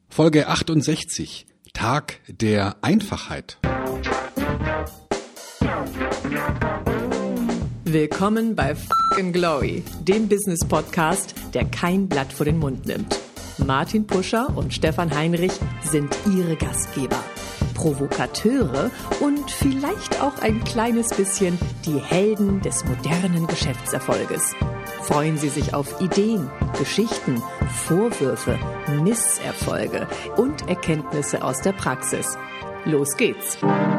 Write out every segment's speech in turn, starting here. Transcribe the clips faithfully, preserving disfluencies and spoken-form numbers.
Folge achtundsechzig, Tag der Einfachheit. Willkommen bei F***ing Glory, dem Business-Podcast, der kein Blatt vor den Mund nimmt. Martin Puscher und Stefan Heinrich sind ihre Gastgeber, Provokateure und vielleicht auch ein kleines bisschen die Helden des modernen Geschäftserfolges. Freuen Sie sich auf Ideen, Geschichten, Vorwürfe, Misserfolge und Erkenntnisse aus der Praxis. Los geht's!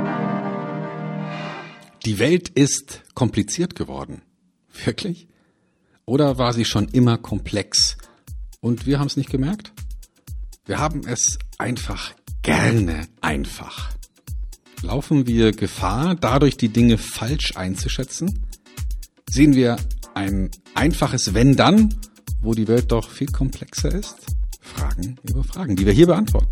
Die Welt ist kompliziert geworden. Wirklich? Oder war sie schon immer komplex? Und wir haben es nicht gemerkt? Wir haben es einfach gerne einfach. Laufen wir Gefahr, dadurch die Dinge falsch einzuschätzen? Sehen wir ein einfaches Wenn-Dann, wo die Welt doch viel komplexer ist? Fragen über Fragen, die wir hier beantworten.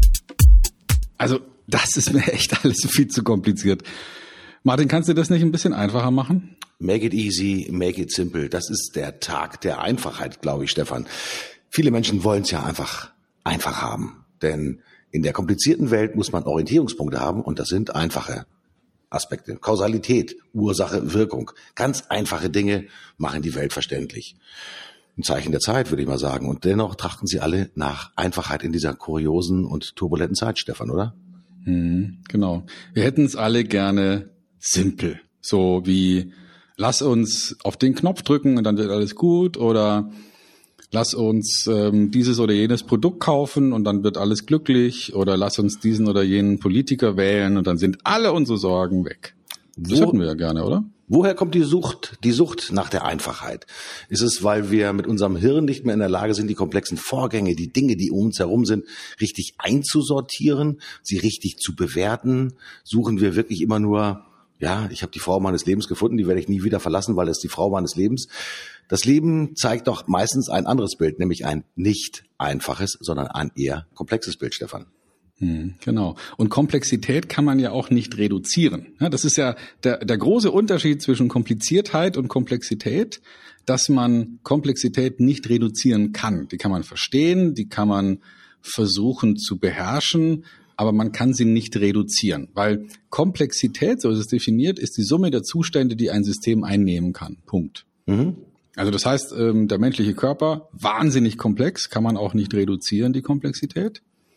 Also, das ist mir echt alles viel zu kompliziert. Martin, kannst du das nicht ein bisschen einfacher machen? Make it easy, make it simple. Das ist der Tag der Einfachheit, glaube ich, Stefan. Viele Menschen wollen es ja einfach einfach haben. Denn in der komplizierten Welt muss man Orientierungspunkte haben und das sind einfache Aspekte. Kausalität, Ursache, Wirkung. Ganz einfache Dinge machen die Welt verständlich. Ein Zeichen der Zeit, würde ich mal sagen. Und dennoch trachten sie alle nach Einfachheit in dieser kuriosen und turbulenten Zeit, Stefan, oder? Hm, genau. Wir hätten es alle gerne simpel. So wie, lass uns auf den Knopf drücken und dann wird alles gut. Oder lass uns ähm, dieses oder jenes Produkt kaufen und dann wird alles glücklich. Oder lass uns diesen oder jenen Politiker wählen und dann sind alle unsere Sorgen weg. Das Wo, hätten wir ja gerne, oder? Woher kommt die Sucht, die Sucht nach der Einfachheit? Ist es, weil wir mit unserem Hirn nicht mehr in der Lage sind, die komplexen Vorgänge, die Dinge, die um uns herum sind, richtig einzusortieren, sie richtig zu bewerten? Suchen wir wirklich immer nur, ja, ich habe die Frau meines Lebens gefunden, die werde ich nie wieder verlassen, weil es die Frau meines Lebens. Das Leben zeigt doch meistens ein anderes Bild, nämlich ein nicht einfaches, sondern ein eher komplexes Bild, Stefan. Hm, genau. Und Komplexität kann man ja auch nicht reduzieren. Ja, das ist ja der, der große Unterschied zwischen Kompliziertheit und Komplexität, dass man Komplexität nicht reduzieren kann. Die kann man verstehen, die kann man versuchen zu beherrschen, aber man kann sie nicht reduzieren, weil Komplexität, so ist es definiert, ist die Summe der Zustände, die ein System einnehmen kann. Punkt. Mhm. Also das heißt, der menschliche Körper, wahnsinnig komplex, kann man auch nicht reduzieren, die Komplexität.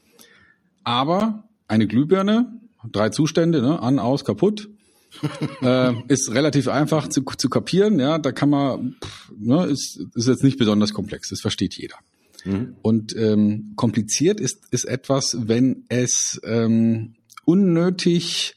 Aber eine Glühbirne, drei Zustände, ne, an, aus, kaputt, äh, ist relativ einfach zu, zu kapieren. Ja, da kann man, pff, ne, ist, ist jetzt nicht besonders komplex, das versteht jeder. Mhm. Und ähm, kompliziert ist, ist etwas, wenn es ähm, unnötig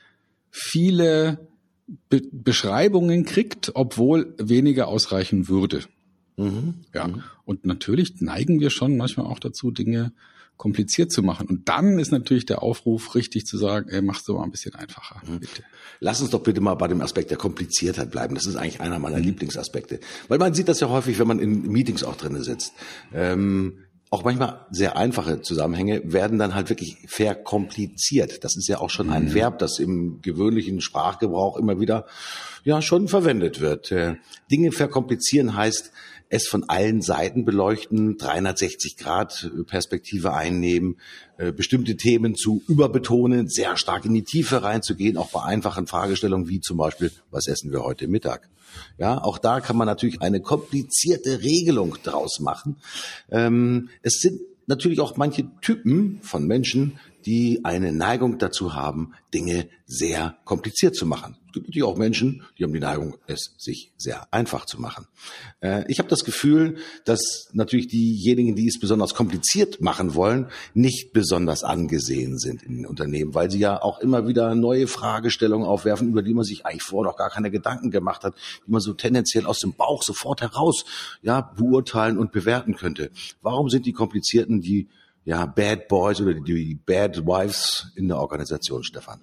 viele Be- Beschreibungen kriegt, obwohl weniger ausreichen würde. Mhm. Ja, mhm. Und natürlich neigen wir schon manchmal auch dazu, Dinge kompliziert zu machen. Und dann ist natürlich der Aufruf richtig zu sagen, ey, mach's doch mal ein bisschen einfacher. Mhm. Bitte. Lass uns doch bitte mal bei dem Aspekt der Kompliziertheit bleiben. Das ist eigentlich einer meiner mhm. Lieblingsaspekte. Weil man sieht das ja häufig, wenn man in Meetings auch drin sitzt. Ähm, auch manchmal sehr einfache Zusammenhänge werden dann halt wirklich verkompliziert. Das ist ja auch schon mhm. ein Verb, das im gewöhnlichen Sprachgebrauch immer wieder ja schon verwendet wird. Äh, Dinge verkomplizieren heißt, es von allen Seiten beleuchten, dreihundertsechzig Grad Perspektive einnehmen, äh, bestimmte Themen zu überbetonen, sehr stark in die Tiefe reinzugehen, auch bei einfachen Fragestellungen wie zum Beispiel, was essen wir heute Mittag? Ja, auch da kann man natürlich eine komplizierte Regelung draus machen. Ähm, es sind natürlich auch manche Typen von Menschen, die eine Neigung dazu haben, Dinge sehr kompliziert zu machen. Es gibt natürlich auch Menschen, die haben die Neigung, es sich sehr einfach zu machen. Äh, ich habe das Gefühl, dass natürlich diejenigen, die es besonders kompliziert machen wollen, nicht besonders angesehen sind in den Unternehmen, weil sie ja auch immer wieder neue Fragestellungen aufwerfen, über die man sich eigentlich vorher noch gar keine Gedanken gemacht hat, die man so tendenziell aus dem Bauch sofort heraus ja beurteilen und bewerten könnte. Warum sind die Komplizierten die ja Bad Boys oder die, die Bad Wives in der Organisation, Stefan?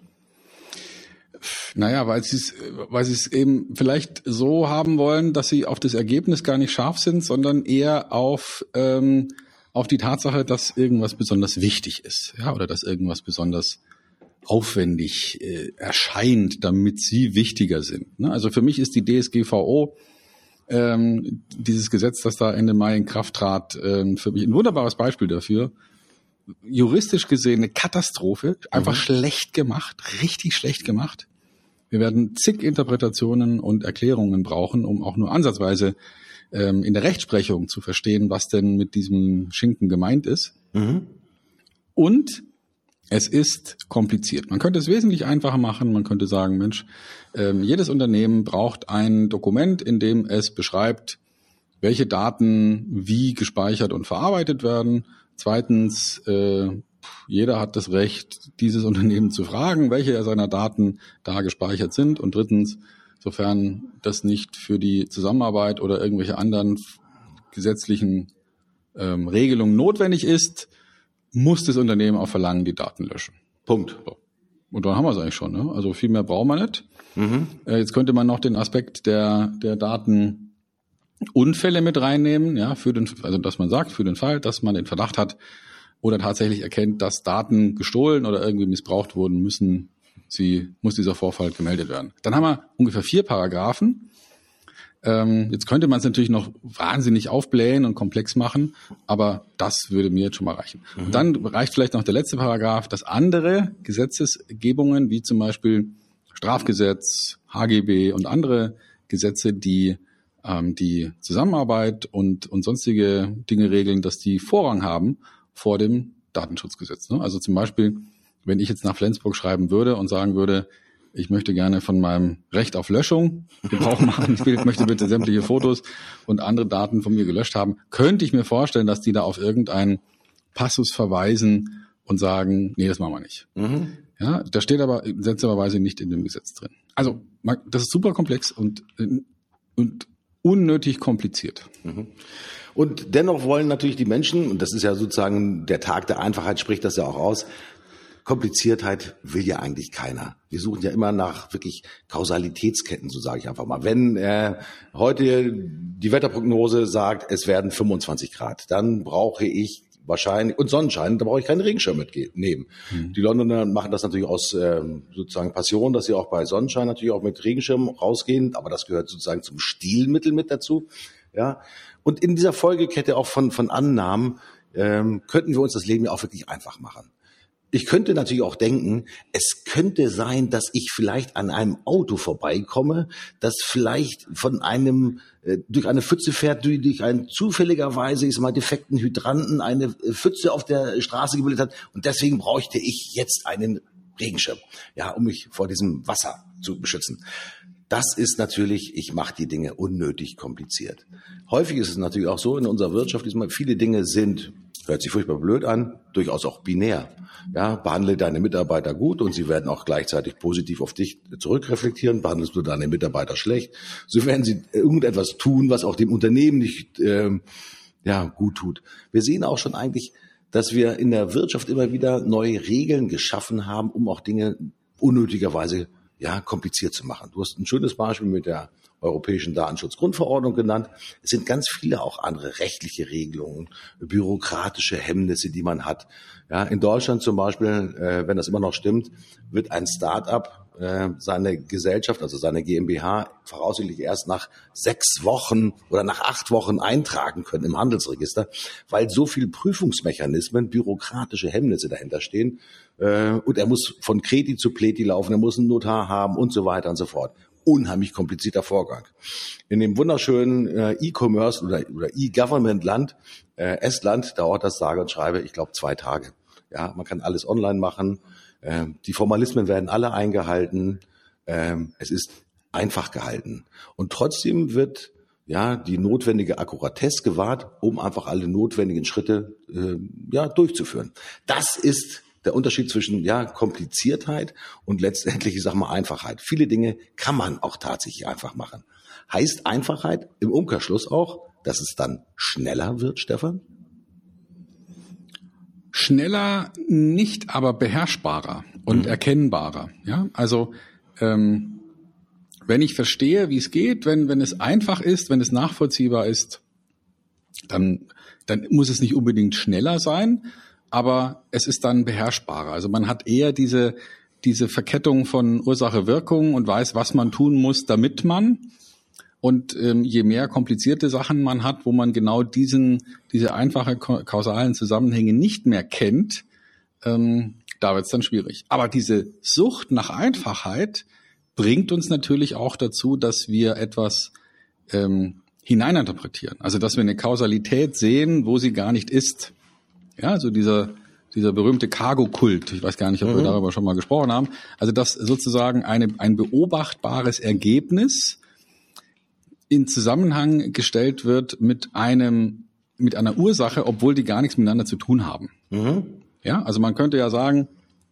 Naja, weil sie es, weil sie es eben vielleicht so haben wollen, dass sie auf das Ergebnis gar nicht scharf sind, sondern eher auf ähm, auf die Tatsache, dass irgendwas besonders wichtig ist, ja, oder dass irgendwas besonders aufwendig äh, erscheint, damit sie wichtiger sind. Ne? Also für mich ist die D S G V O, ähm, dieses Gesetz, das da Ende Mai in Kraft trat, ähm, für mich ein wunderbares Beispiel dafür, juristisch gesehen eine Katastrophe, einfach Mhm. schlecht gemacht, richtig schlecht gemacht. Wir werden zig Interpretationen und Erklärungen brauchen, um auch nur ansatzweise ähm, in der Rechtsprechung zu verstehen, was denn mit diesem Schinken gemeint ist. Mhm. Und es ist kompliziert. Man könnte es wesentlich einfacher machen. Man könnte sagen, Mensch, ähm, jedes Unternehmen braucht ein Dokument, in dem es beschreibt, welche Daten wie gespeichert und verarbeitet werden. Zweitens, äh, jeder hat das Recht, dieses Unternehmen zu fragen, welche seiner Daten da gespeichert sind. Und drittens, sofern das nicht für die Zusammenarbeit oder irgendwelche anderen gesetzlichen ähm, Regelungen notwendig ist, muss das Unternehmen auch verlangen, die Daten löschen. Punkt. So. Und dann haben wir es eigentlich schon. Ne? Also viel mehr braucht man nicht. Mhm. Äh, jetzt könnte man noch den Aspekt der, der Datenunfälle mit reinnehmen, ja, für den, also dass man sagt, für den Fall, dass man den Verdacht hat oder tatsächlich erkennt, dass Daten gestohlen oder irgendwie missbraucht wurden, müssen sie, muss dieser Vorfall gemeldet werden. Dann haben wir ungefähr vier Paragraphen. Ähm, jetzt könnte man es natürlich noch wahnsinnig aufblähen und komplex machen, aber das würde mir jetzt schon mal reichen. Mhm. Und dann reicht vielleicht noch der letzte Paragraph, dass andere Gesetzesgebungen, wie zum Beispiel Strafgesetz, H G B und andere Gesetze, die ähm, die Zusammenarbeit und, und sonstige Dinge regeln, dass die Vorrang haben vor dem Datenschutzgesetz. Ne? Also zum Beispiel, wenn ich jetzt nach Flensburg schreiben würde und sagen würde, ich möchte gerne von meinem Recht auf Löschung Gebrauch machen. Ich will, möchte bitte sämtliche Fotos und andere Daten von mir gelöscht haben. Könnte ich mir vorstellen, dass die da auf irgendeinen Passus verweisen und sagen, nee, das machen wir nicht. Mhm. Ja, da steht aber seltsamerweise nicht in dem Gesetz drin. Also, das ist super komplex und, und unnötig kompliziert. Mhm. Und dennoch wollen natürlich die Menschen, und das ist ja sozusagen der Tag der Einfachheit, spricht das ja auch aus, Kompliziertheit will ja eigentlich keiner. Wir suchen ja immer nach wirklich Kausalitätsketten, so sage ich einfach mal. Wenn äh, heute die Wetterprognose sagt, es werden fünfundzwanzig Grad, dann brauche ich wahrscheinlich, und Sonnenschein, da brauche ich keinen Regenschirm mitnehmen. Mhm. Die Londoner machen das natürlich aus äh, sozusagen Passion, dass sie auch bei Sonnenschein natürlich auch mit Regenschirm rausgehen, aber das gehört sozusagen zum Stilmittel mit dazu. Ja. Und in dieser Folgekette auch von, von Annahmen ähm, könnten wir uns das Leben ja auch wirklich einfach machen. Ich könnte natürlich auch denken, es könnte sein, dass ich vielleicht an einem Auto vorbeikomme, das vielleicht von einem, äh, durch eine Pfütze fährt, durch, durch einen zufälligerweise, ich sag mal, defekten Hydranten eine Pfütze auf der Straße gebildet hat und deswegen bräuchte ich jetzt einen Regenschirm, ja, um mich vor diesem Wasser zu beschützen. Das ist natürlich, ich mache die Dinge unnötig kompliziert. Häufig ist es natürlich auch so in unserer Wirtschaft, viele Dinge sind, hört sich furchtbar blöd an, durchaus auch binär. Ja, behandle deine Mitarbeiter gut und sie werden auch gleichzeitig positiv auf dich zurückreflektieren. Behandelst du deine Mitarbeiter schlecht, so werden sie irgendetwas tun, was auch dem Unternehmen nicht ähm, ja, gut tut. Wir sehen auch schon eigentlich, dass wir in der Wirtschaft immer wieder neue Regeln geschaffen haben, um auch Dinge unnötigerweise ja, kompliziert zu machen. Du hast ein schönes Beispiel mit der Europäischen Datenschutzgrundverordnung genannt. Es sind ganz viele auch andere rechtliche Regelungen, bürokratische Hemmnisse, die man hat. Ja, in Deutschland zum Beispiel, äh, wenn das immer noch stimmt, wird ein Start-up äh, seine Gesellschaft, also seine GmbH, voraussichtlich erst nach sechs Wochen oder nach acht Wochen eintragen können im Handelsregister, weil so viele Prüfungsmechanismen, bürokratische Hemmnisse dahinter stehen. Äh, und er muss von Kreti zu Pleti laufen, er muss einen Notar haben und so weiter und so fort. Unheimlich komplizierter Vorgang. In dem wunderschönen äh, E-Commerce oder, oder E-Government-Land äh, Estland dauert das sage und schreibe, ich glaube, zwei Tage. Ja, man kann alles online machen. Äh, die Formalismen werden alle eingehalten. Äh, es ist einfach gehalten. Und trotzdem wird ja die notwendige Akkuratesse gewahrt, um einfach alle notwendigen Schritte äh, ja durchzuführen. Das ist der Unterschied zwischen ja Kompliziertheit und letztendlich, ich sag mal, Einfachheit. Viele Dinge kann man auch tatsächlich einfach machen. Heißt Einfachheit im Umkehrschluss auch, dass es dann schneller wird, Stefan? Schneller nicht, aber beherrschbarer und mhm. erkennbarer. Ja, also ähm, wenn ich verstehe, wie es geht, wenn wenn es einfach ist, wenn es nachvollziehbar ist, dann dann muss es nicht unbedingt schneller sein. Aber es ist dann beherrschbarer. Also man hat eher diese diese Verkettung von Ursache-Wirkung und weiß, was man tun muss, damit man. Und ähm, je mehr komplizierte Sachen man hat, wo man genau diesen diese einfachen kausalen Zusammenhänge nicht mehr kennt, ähm, da wird es dann schwierig. Aber diese Sucht nach Einfachheit bringt uns natürlich auch dazu, dass wir etwas ähm, hineininterpretieren. Also dass wir eine Kausalität sehen, wo sie gar nicht ist. Ja, also dieser dieser berühmte Cargo-Kult. Ich weiß gar nicht, ob mhm. wir darüber schon mal gesprochen haben. Also dass sozusagen eine ein beobachtbares Ergebnis in Zusammenhang gestellt wird mit einem, mit einer Ursache, obwohl die gar nichts miteinander zu tun haben. Mhm. Ja, also man könnte ja sagen,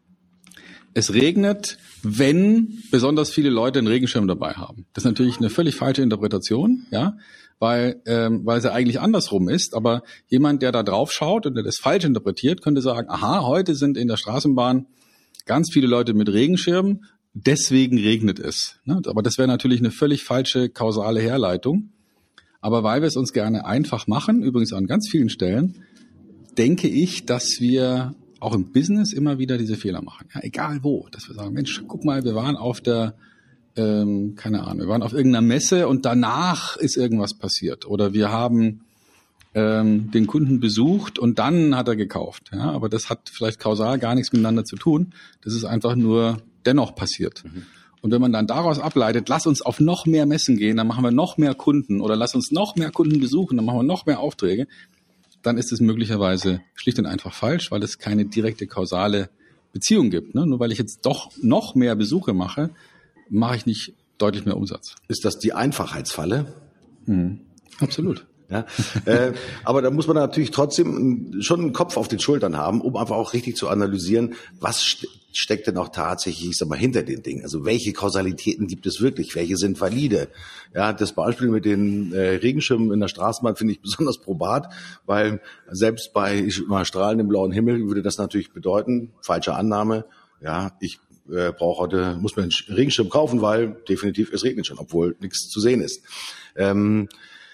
es regnet, wenn besonders viele Leute einen Regenschirm dabei haben. Das ist natürlich eine völlig falsche Interpretation, ja, weil, ähm, weil es ja eigentlich andersrum ist. Aber jemand, der da drauf schaut und der das falsch interpretiert, könnte sagen, aha, heute sind in der Straßenbahn ganz viele Leute mit Regenschirmen, deswegen regnet es. Aber das wäre natürlich eine völlig falsche kausale Herleitung. Aber weil wir es uns gerne einfach machen, übrigens an ganz vielen Stellen, denke ich, dass wir auch im Business immer wieder diese Fehler machen. Ja, egal wo. Dass wir sagen, Mensch, guck mal, wir waren auf der, ähm, keine Ahnung, wir waren auf irgendeiner Messe und danach ist irgendwas passiert. Oder wir haben ähm, den Kunden besucht und dann hat er gekauft. Ja, aber das hat vielleicht kausal gar nichts miteinander zu tun. Das ist einfach nur dennoch passiert. Mhm. Und wenn man dann daraus ableitet, lass uns auf noch mehr Messen gehen, dann machen wir noch mehr Kunden oder lass uns noch mehr Kunden besuchen, dann machen wir noch mehr Aufträge, dann ist es möglicherweise schlicht und einfach falsch, weil es keine direkte kausale Beziehung gibt. Ne? Nur weil ich jetzt doch noch mehr Besuche mache, mache ich nicht deutlich mehr Umsatz. Ist das die Einfachheitsfalle? Mhm. Absolut. Ja, äh, aber da muss man natürlich trotzdem schon einen Kopf auf den Schultern haben, um einfach auch richtig zu analysieren, was ste- steckt denn auch tatsächlich, ich sag mal, hinter den Dingen. Also welche Kausalitäten gibt es wirklich, welche sind valide? Ja, das Beispiel mit den äh, Regenschirmen in der Straßenbahn finde ich besonders probat, weil selbst bei ich, mal strahlendem blauen Himmel würde das natürlich bedeuten, falsche Annahme, ja, ich äh, brauche heute, muss mir einen Regenschirm kaufen, weil definitiv es regnet schon, obwohl nichts zu sehen ist. Ähm,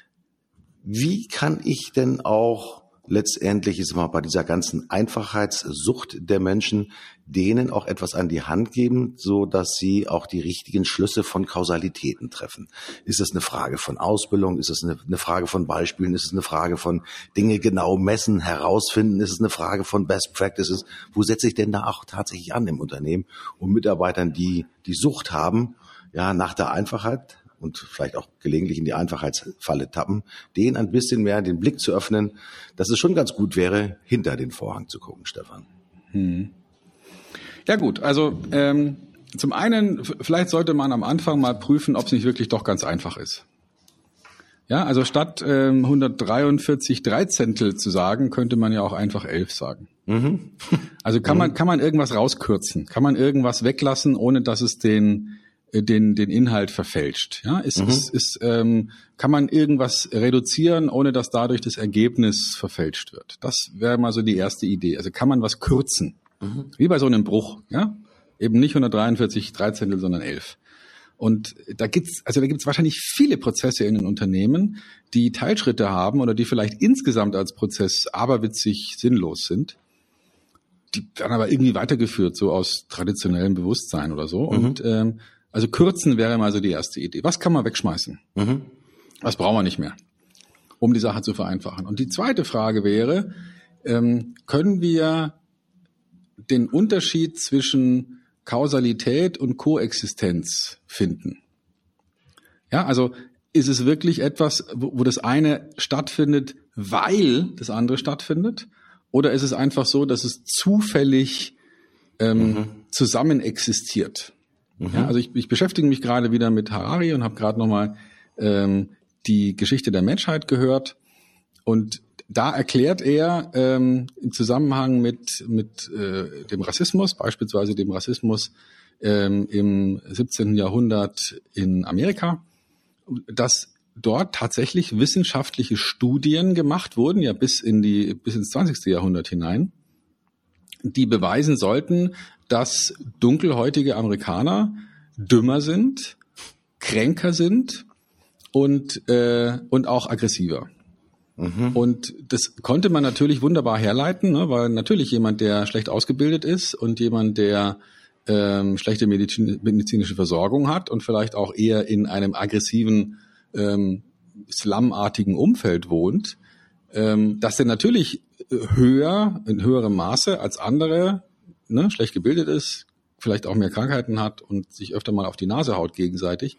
Wie kann ich denn auch letztendlich, ist mal bei dieser ganzen Einfachheitssucht der Menschen, denen auch etwas an die Hand geben, so dass sie auch die richtigen Schlüsse von Kausalitäten treffen? Ist es eine Frage von Ausbildung? Ist es eine, eine Frage von Beispielen? Ist es eine Frage von Dinge genau messen, herausfinden? Ist es eine Frage von Best Practices? Wo setze ich denn da auch tatsächlich an im Unternehmen, um Mitarbeitern, die die Sucht haben, ja, nach der Einfachheit und vielleicht auch gelegentlich in die Einfachheitsfalle tappen, denen ein bisschen mehr den Blick zu öffnen, dass es schon ganz gut wäre, hinter den Vorhang zu gucken, Stefan. Hm. Ja gut, also ähm, zum einen, vielleicht sollte man am Anfang mal prüfen, ob es nicht wirklich doch ganz einfach ist. Ja, also statt ähm, hundertdreiundvierzig Dreizehntel zu sagen, könnte man ja auch einfach elf sagen. Mhm. Also kann man kann man irgendwas rauskürzen, kann man irgendwas weglassen, ohne dass es den den den Inhalt verfälscht. Ja, ist, mhm. ist, ist ähm, kann man irgendwas reduzieren, ohne dass dadurch das Ergebnis verfälscht wird. Das wäre mal so die erste Idee. Also kann man was kürzen, mhm. wie bei so einem Bruch. Ja, eben nicht hundertdreiundvierzig Dreizehntel, sondern elf. Und da gibt's also da gibt's wahrscheinlich viele Prozesse in den Unternehmen, die Teilschritte haben oder die vielleicht insgesamt als Prozess aberwitzig sinnlos sind. Die werden aber irgendwie weitergeführt, so aus traditionellem Bewusstsein oder so. Mhm. Und ähm, also kürzen wäre mal so die erste Idee. Was kann man wegschmeißen? Mhm. Was brauchen wir nicht mehr, um die Sache zu vereinfachen? Und die zweite Frage wäre, ähm, können wir den Unterschied zwischen Kausalität und Koexistenz finden? Ja, also ist es wirklich etwas, wo, wo das eine stattfindet, weil das andere stattfindet? Oder ist es einfach so, dass es zufällig ähm, mhm. zusammen existiert? Mhm. Ja, also ich, ich beschäftige mich gerade wieder mit Harari und habe gerade nochmal ähm, die Geschichte der Menschheit gehört. Und da erklärt er ähm, im Zusammenhang mit mit äh, dem Rassismus, beispielsweise dem Rassismus ähm, im siebzehnten Jahrhundert in Amerika, dass dort tatsächlich wissenschaftliche Studien gemacht wurden, ja bis in die bis ins zwanzigste Jahrhundert hinein, die beweisen sollten, dass dunkelhäutige Amerikaner dümmer sind, kränker sind und äh, und auch aggressiver. Mhm. Und das konnte man natürlich wunderbar herleiten, ne, weil natürlich jemand, der schlecht ausgebildet ist und jemand, der ähm, schlechte Medizin, medizinische Versorgung hat und vielleicht auch eher in einem aggressiven ähm, slumartigen Umfeld wohnt, ähm, dass er natürlich höher, in höherem Maße als andere, ne, schlecht gebildet ist, vielleicht auch mehr Krankheiten hat und sich öfter mal auf die Nase haut gegenseitig.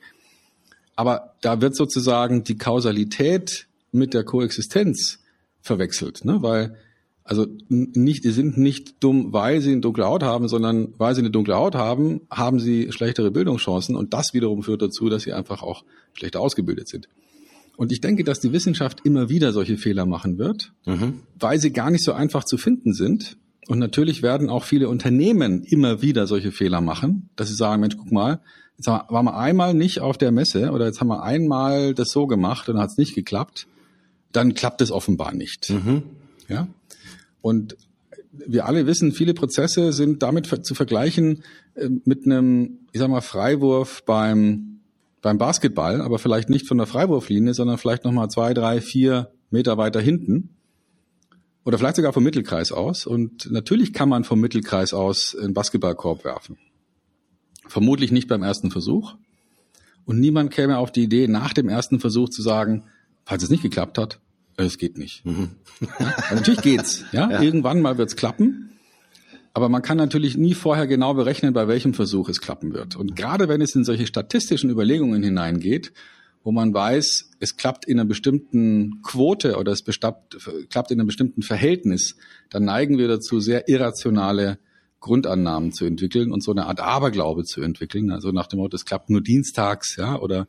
Aber da wird sozusagen die Kausalität mit der Koexistenz verwechselt, ne? Weil also nicht, die sind nicht dumm, weil sie eine dunkle Haut haben, sondern weil sie eine dunkle Haut haben, haben sie schlechtere Bildungschancen und das wiederum führt dazu, dass sie einfach auch schlechter ausgebildet sind. Und ich denke, dass die Wissenschaft immer wieder solche Fehler machen wird, mhm. weil sie gar nicht so einfach zu finden sind. Und natürlich werden auch viele Unternehmen immer wieder solche Fehler machen, dass sie sagen, Mensch, guck mal, jetzt waren wir einmal nicht auf der Messe oder jetzt haben wir einmal das so gemacht und dann hat es nicht geklappt, dann klappt es offenbar nicht. Mhm. Ja? Und wir alle wissen, viele Prozesse sind damit zu vergleichen mit einem, ich sag mal, Freiwurf beim, beim Basketball, aber vielleicht nicht von der Freiwurflinie, sondern vielleicht nochmal zwei, drei, vier Meter weiter hinten. Oder vielleicht sogar vom Mittelkreis aus. Und natürlich kann man vom Mittelkreis aus einen Basketballkorb werfen. Vermutlich nicht beim ersten Versuch. Und niemand käme auf die Idee, nach dem ersten Versuch zu sagen, falls es nicht geklappt hat, es geht nicht. Mhm. Ja, also natürlich geht's. Ja? ja, irgendwann mal wird's klappen. Aber man kann natürlich nie vorher genau berechnen, bei welchem Versuch es klappen wird. Und gerade wenn es in solche statistischen Überlegungen hineingeht, wo man weiß, es klappt in einer bestimmten Quote oder es bestappt, klappt in einem bestimmten Verhältnis, dann neigen wir dazu, sehr irrationale Grundannahmen zu entwickeln und so eine Art Aberglaube zu entwickeln. Also nach dem Motto, es klappt nur dienstags, ja, oder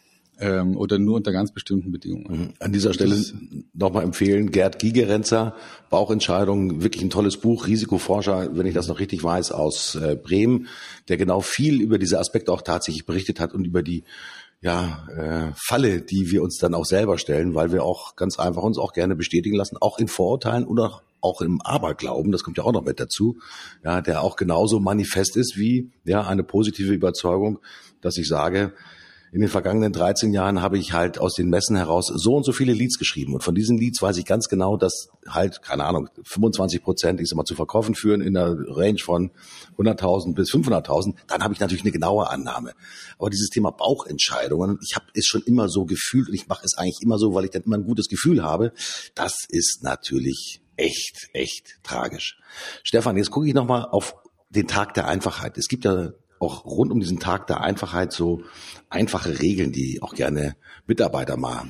ähm, oder nur unter ganz bestimmten Bedingungen. An dieser Stelle nochmal empfehlen, Gerd Gigerenzer, Bauchentscheidungen, wirklich ein tolles Buch, Risikoforscher, wenn ich das noch richtig weiß, aus äh, Bremen, der genau viel über diese Aspekte auch tatsächlich berichtet hat und über die ja, äh, Falle, die wir uns dann auch selber stellen, weil wir auch ganz einfach uns auch gerne bestätigen lassen, auch in Vorurteilen oder auch im Aberglauben, das kommt ja auch noch mit dazu, ja, der auch genauso manifest ist wie ja eine positive Überzeugung, dass ich sage, in den vergangenen dreizehn Jahren habe ich halt aus den Messen heraus so und so viele Leads geschrieben. Und von diesen Leads weiß ich ganz genau, dass halt, keine Ahnung, fünfundzwanzig Prozent, ich sag mal, zu Verkaufen führen in der Range von hunderttausend bis fünfhunderttausend. Dann habe ich natürlich eine genaue Annahme. Aber dieses Thema Bauchentscheidungen, ich habe es schon immer so gefühlt und ich mache es eigentlich immer so, weil ich dann immer ein gutes Gefühl habe. Das ist natürlich echt, echt tragisch. Stefan, jetzt gucke ich nochmal auf den Tag der Einfachheit. Es gibt ja auch rund um diesen Tag der Einfachheit so einfache Regeln, die auch gerne Mitarbeiter mal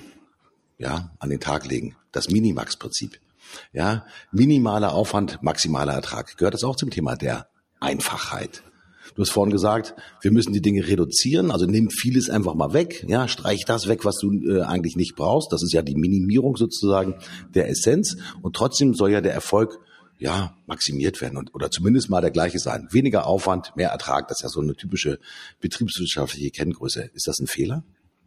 ja an den Tag legen. Das Minimax-Prinzip. Ja, minimaler Aufwand, maximaler Ertrag. Gehört das auch zum Thema der Einfachheit? Du hast vorhin gesagt, wir müssen die Dinge reduzieren, also nimm vieles einfach mal weg, ja, streich das weg, was du äh, eigentlich nicht brauchst. Das ist ja die Minimierung sozusagen der Essenz. Und trotzdem soll ja der Erfolg ja, maximiert werden und, oder zumindest mal der gleiche sein. Weniger Aufwand, mehr Ertrag, das ist ja so eine typische betriebswirtschaftliche Kenngröße. Ist das ein Fehler?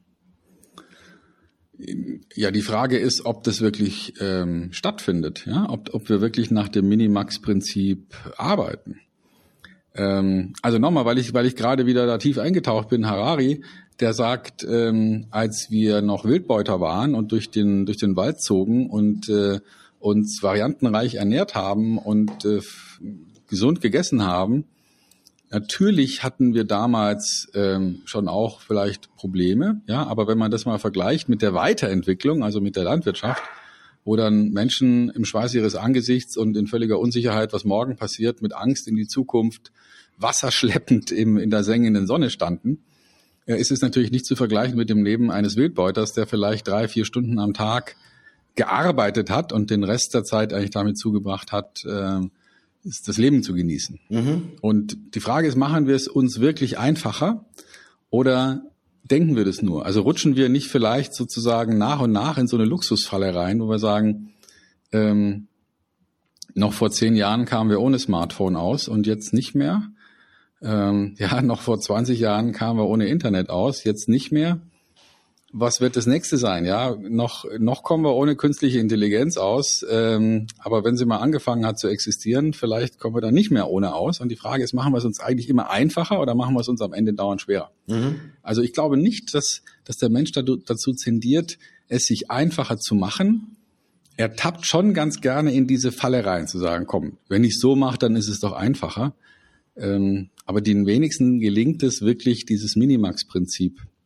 Ja, die Frage ist, ob das wirklich ähm, stattfindet, ja, ob, ob wir wirklich nach dem Minimax-Prinzip arbeiten. Ähm, also nochmal, weil ich, weil ich gerade wieder da tief eingetaucht bin, Harari, der sagt, ähm, als wir noch Wildbeuter waren und durch den, durch den Wald zogen und äh, uns variantenreich ernährt haben und äh, gesund gegessen haben. Natürlich hatten wir damals ähm, schon auch vielleicht Probleme, ja, aber wenn man das mal vergleicht mit der Weiterentwicklung, also mit der Landwirtschaft, wo dann Menschen im Schweiß ihres Angesichts und in völliger Unsicherheit, was morgen passiert, mit Angst in die Zukunft, wasserschleppend im, in der sengenden Sonne standen, äh, ist es natürlich nicht zu vergleichen mit dem Leben eines Wildbeuters, der vielleicht drei, vier Stunden am Tag gearbeitet hat und den Rest der Zeit eigentlich damit zugebracht hat, äh, ist das Leben zu genießen. Mhm. Und die Frage ist, machen wir es uns wirklich einfacher oder denken wir das nur? Also rutschen wir nicht vielleicht sozusagen nach und nach in so eine Luxusfalle rein, wo wir sagen, ähm, noch vor zehn Jahren kamen wir ohne Smartphone aus und jetzt nicht mehr. Ähm, ja, noch vor zwanzig Jahren kamen wir ohne Internet aus, jetzt nicht mehr. Was wird das nächste sein? Ja, noch noch kommen wir ohne künstliche Intelligenz aus. Ähm, aber wenn sie mal angefangen hat zu existieren, vielleicht kommen wir dann nicht mehr ohne aus. Und die Frage ist, machen wir es uns eigentlich immer einfacher oder machen wir es uns am Ende dauernd schwerer? Mhm. Also ich glaube nicht, dass dass der Mensch dazu tendiert, es sich einfacher zu machen. Er tappt schon ganz gerne in diese Falle rein, zu sagen, komm, wenn ich so mache, dann ist es doch einfacher. Ähm, aber den wenigsten gelingt es wirklich, dieses Minimax-Prinzip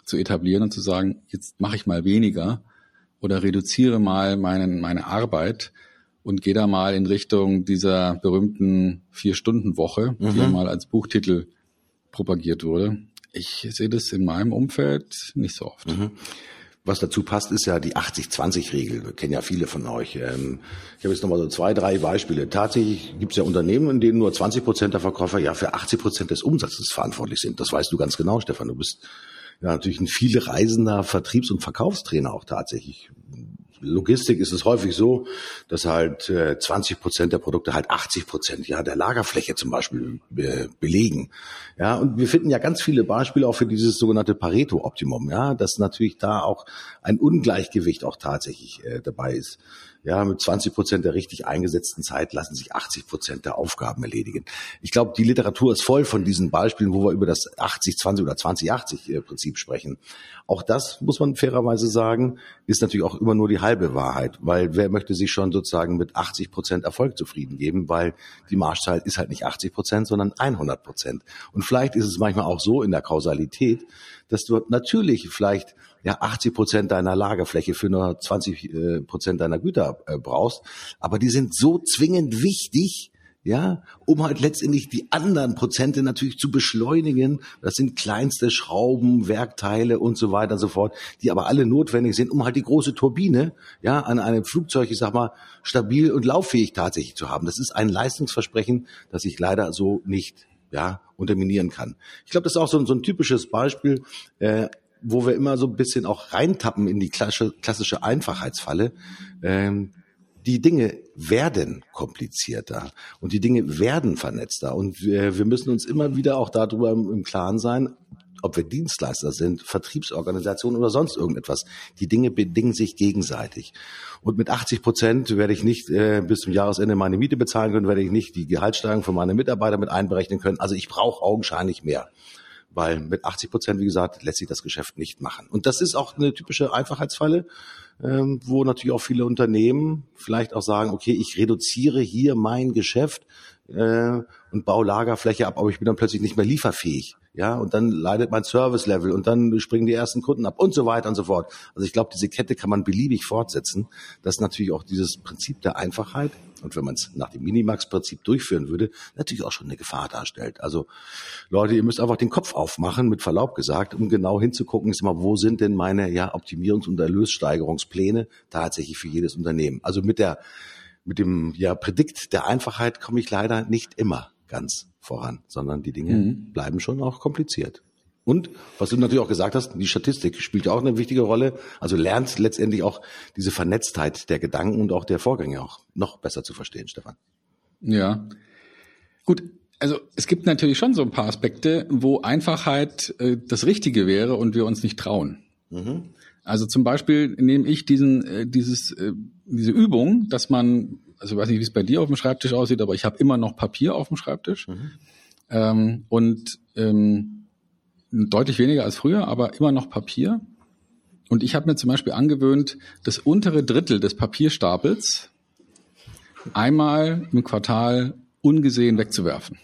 zu etablieren und zu sagen, jetzt mache ich mal weniger oder reduziere mal meinen, meine Arbeit und gehe da mal in Richtung dieser berühmten Vier-Stunden-Woche, mhm. die ja mal als Buchtitel propagiert wurde. Ich sehe das in meinem Umfeld nicht so oft. Mhm. Was dazu passt, ist ja die achtzig zwanzig Regel. Wir kennen ja viele von euch. Ich habe jetzt nochmal so zwei, drei Beispiele. Tatsächlich gibt es ja Unternehmen, in denen nur zwanzig Prozent der Verkäufer ja für achtzig Prozent des Umsatzes verantwortlich sind. Das weißt du ganz genau, Stefan. Du bist ja natürlich ein viele reisender Vertriebs- und Verkaufstrainer auch tatsächlich. Logistik ist es häufig so, dass halt äh, zwanzig Prozent der Produkte halt achtzig Prozent ja der Lagerfläche zum Beispiel be- belegen. Ja, und wir finden ja ganz viele Beispiele auch für dieses sogenannte Pareto-Optimum, ja, dass natürlich da auch ein Ungleichgewicht auch tatsächlich äh, dabei ist. Ja, mit zwanzig Prozent der richtig eingesetzten Zeit lassen sich achtzig Prozent der Aufgaben erledigen. Ich glaube, die Literatur ist voll von diesen Beispielen, wo wir über das achtzig zwanzig oder zwanzig achtzig Prinzip sprechen. Auch das, muss man fairerweise sagen, ist natürlich auch immer nur die halbe Wahrheit, weil wer möchte sich schon sozusagen mit achtzig Prozent Erfolg zufrieden geben, weil die Marschzahl ist halt nicht achtzig Prozent, sondern hundert Prozent. Und vielleicht ist es manchmal auch so in der Kausalität, dass du natürlich vielleicht ja achtzig Prozent deiner Lagerfläche für nur zwanzig Prozent deiner Güter äh, brauchst, aber die sind so zwingend wichtig, ja, um halt letztendlich die anderen Prozente natürlich zu beschleunigen. Das sind kleinste Schrauben, Werkteile und so weiter und so fort, die aber alle notwendig sind, um halt die große Turbine, ja, an einem Flugzeug, ich sag mal, stabil und lauffähig tatsächlich zu haben. Das ist ein Leistungsversprechen, das ich leider so nicht, ja, unterminieren kann. Ich glaube, das ist auch so, so ein typisches Beispiel, äh, wo wir immer so ein bisschen auch reintappen in die klassische, klassische Einfachheitsfalle. Ähm, die Dinge werden komplizierter und die Dinge werden vernetzter und wir, wir müssen uns immer wieder auch darüber im, im Klaren sein, ob wir Dienstleister sind, Vertriebsorganisationen oder sonst irgendetwas. Die Dinge bedingen sich gegenseitig. Und mit achtzig Prozent werde ich nicht äh, bis zum Jahresende meine Miete bezahlen können, werde ich nicht die Gehaltssteigerung von meinen Mitarbeitern mit einberechnen können. Also ich brauche augenscheinlich mehr. Weil mit achtzig Prozent, wie gesagt, lässt sich das Geschäft nicht machen. Und das ist auch eine typische Einfachheitsfalle, ähm, wo natürlich auch viele Unternehmen vielleicht auch sagen, okay, ich reduziere hier mein Geschäft äh, und baue Lagerfläche ab, aber ich bin dann plötzlich nicht mehr lieferfähig. Ja, und dann leidet mein Service-Level und dann springen die ersten Kunden ab und so weiter und so fort. Also ich glaube, diese Kette kann man beliebig fortsetzen. Das ist natürlich auch dieses Prinzip der Einfachheit. Und wenn man es nach dem Minimax-Prinzip durchführen würde, natürlich auch schon eine Gefahr darstellt. Also Leute, ihr müsst einfach den Kopf aufmachen, mit Verlaub gesagt, um genau hinzugucken, ist mal, wo sind denn meine ja Optimierungs- und Erlössteigerungspläne tatsächlich für jedes Unternehmen. Also mit der mit dem ja Prädikt der Einfachheit komme ich leider nicht immer ganz voran, sondern die Dinge mhm. bleiben schon auch kompliziert. Und was du natürlich auch gesagt hast, die Statistik spielt ja auch eine wichtige Rolle. Also lernt letztendlich auch diese Vernetztheit der Gedanken und auch der Vorgänge auch noch besser zu verstehen, Stefan. Ja, gut. Also es gibt natürlich schon so ein paar Aspekte, wo Einfachheit äh, das Richtige wäre und wir uns nicht trauen. Mhm. Also zum Beispiel nehme ich diesen, äh, dieses, äh, diese Übung, dass man, also ich weiß nicht, wie es bei dir auf dem Schreibtisch aussieht, aber ich habe immer noch Papier auf dem Schreibtisch mhm. ähm, und ähm, deutlich weniger als früher, aber immer noch Papier. Und ich habe mir zum Beispiel angewöhnt, das untere Drittel des Papierstapels einmal im Quartal ungesehen wegzuwerfen.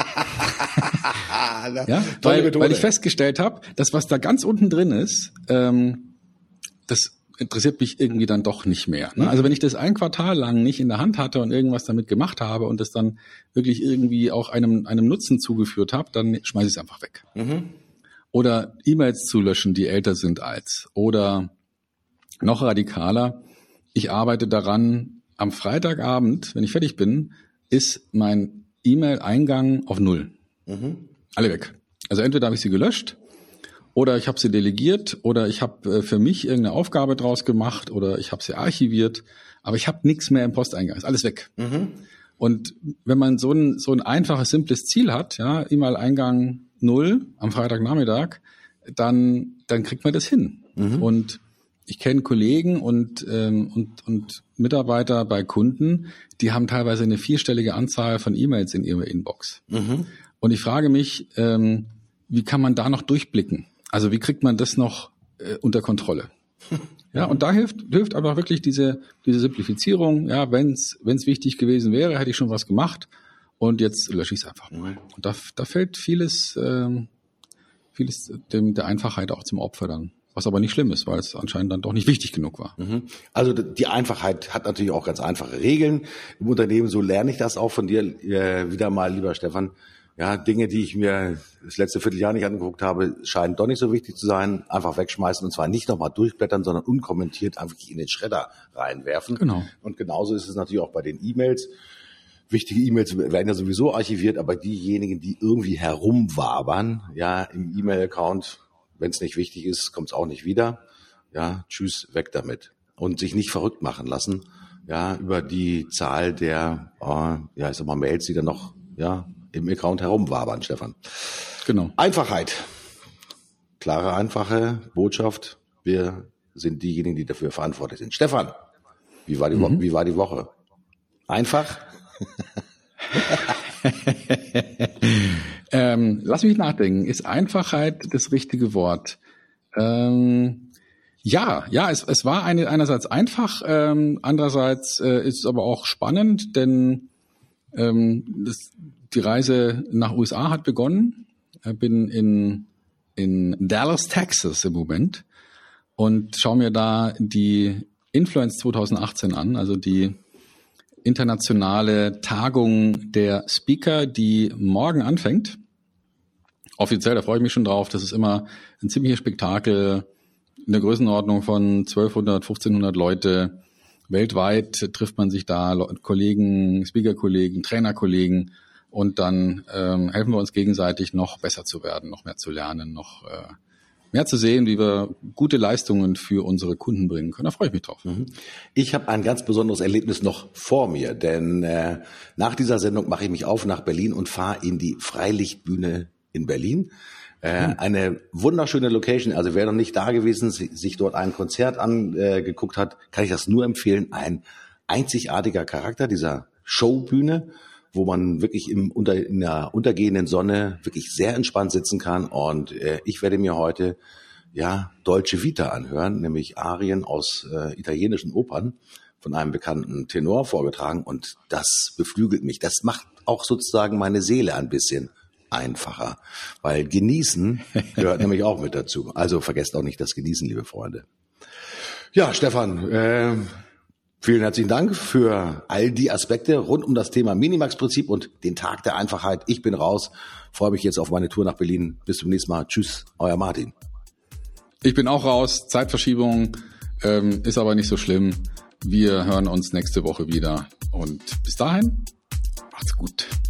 Ja, weil, weil ich festgestellt habe, dass was da ganz unten drin ist, ähm, das interessiert mich irgendwie dann doch nicht mehr. Ne? Also wenn ich das ein Quartal lang nicht in der Hand hatte und irgendwas damit gemacht habe und das dann wirklich irgendwie auch einem einem Nutzen zugeführt habe, dann schmeiße ich es einfach weg. Mhm. Oder E-Mails zu löschen, die älter sind als. Oder noch radikaler, ich arbeite daran, am Freitagabend, wenn ich fertig bin, ist mein E-Mail-Eingang auf Null. Mhm. Alle weg. Also entweder habe ich sie gelöscht oder ich habe sie delegiert oder ich habe für mich irgendeine Aufgabe draus gemacht oder ich habe sie archiviert, aber ich habe nichts mehr im Posteingang. Ist alles weg. Mhm. Und wenn man so ein, so ein einfaches, simples Ziel hat, ja, E-Mail-Eingang Null am Freitagnachmittag, dann dann kriegt man das hin. Mhm. Und ich kenne Kollegen und, ähm, und und Mitarbeiter bei Kunden, die haben teilweise eine vierstellige Anzahl von E-Mails in ihrer Inbox. Mhm. Und ich frage mich, ähm, wie kann man da noch durchblicken? Also wie kriegt man das noch äh, unter Kontrolle? Ja, und da hilft hilft aber wirklich diese diese Simplifizierung. Ja, wenn es wenn es wichtig gewesen wäre, hätte ich schon was gemacht. Und jetzt lösche ich es einfach mal. Und da, da fällt vieles, ähm, vieles dem, der Einfachheit auch zum Opfer dann. Was aber nicht schlimm ist, weil es anscheinend dann doch nicht wichtig genug war. Also die Einfachheit hat natürlich auch ganz einfache Regeln im Unternehmen. So lerne ich das auch von dir äh, wieder mal, lieber Stefan. Ja, Dinge, die ich mir das letzte Vierteljahr nicht angeguckt habe, scheinen doch nicht so wichtig zu sein. Einfach wegschmeißen und zwar nicht nochmal durchblättern, sondern unkommentiert einfach in den Schredder reinwerfen. Genau. Und genauso ist es natürlich auch bei den E-Mails. Wichtige E-Mails werden ja sowieso archiviert, aber diejenigen, die irgendwie herumwabern, ja, im E-Mail-Account, wenn es nicht wichtig ist, kommt es auch nicht wieder. Ja, tschüss, weg damit. Und sich nicht verrückt machen lassen, ja, über die Zahl der, äh, ja, ich sag mal, Mails, die dann noch, ja, im Account herumwabern, Stefan. Genau. Einfachheit. Klare, einfache Botschaft. Wir sind diejenigen, die dafür verantwortlich sind. Stefan, wie war die, Wo- mhm. wie war die Woche? Einfach? ähm, lass mich nachdenken. Ist Einfachheit das richtige Wort? Ähm, ja, ja, es, es war eine, einerseits einfach, ähm, andererseits äh, ist es aber auch spannend, denn ähm, das, die Reise nach U S A hat begonnen. Ich bin in, in Dallas, Texas im Moment und schaue mir da die Influence zwanzig achtzehn an, also die internationale Tagung der Speaker, die morgen anfängt. Offiziell, da freue ich mich schon drauf. Das ist immer ein ziemliches Spektakel in der Größenordnung von zwölfhundert, fünfzehnhundert Leute. Weltweit trifft man sich da, Kollegen, Speaker-Kollegen, Trainerkollegen und dann ähm, helfen wir uns gegenseitig, noch besser zu werden, noch mehr zu lernen, noch äh, mehr zu sehen, wie wir gute Leistungen für unsere Kunden bringen können. Da freue ich mich drauf. Ich habe ein ganz besonderes Erlebnis noch vor mir, denn äh, nach dieser Sendung mache ich mich auf nach Berlin und fahre in die Freilichtbühne in Berlin. Äh, hm. Eine wunderschöne Location. Also wer noch nicht da gewesen, sich dort ein Konzert angeguckt äh, hat, kann ich das nur empfehlen. Ein einzigartiger Charakter dieser Showbühne, wo man wirklich im unter, in der untergehenden Sonne wirklich sehr entspannt sitzen kann. Und äh, ich werde mir heute ja Dolce Vita anhören, nämlich Arien aus äh, italienischen Opern von einem bekannten Tenor vorgetragen. Und das beflügelt mich. Das macht auch sozusagen meine Seele ein bisschen einfacher, weil genießen gehört nämlich auch mit dazu. Also vergesst auch nicht das Genießen, liebe Freunde. Ja, Stefan, äh, vielen herzlichen Dank für all die Aspekte rund um das Thema Minimax-Prinzip und den Tag der Einfachheit. Ich bin raus, freue mich jetzt auf meine Tour nach Berlin. Bis zum nächsten Mal. Tschüss, euer Martin. Ich bin auch raus. Zeitverschiebung ähm, ist aber nicht so schlimm. Wir hören uns nächste Woche wieder. Und bis dahin, macht's gut.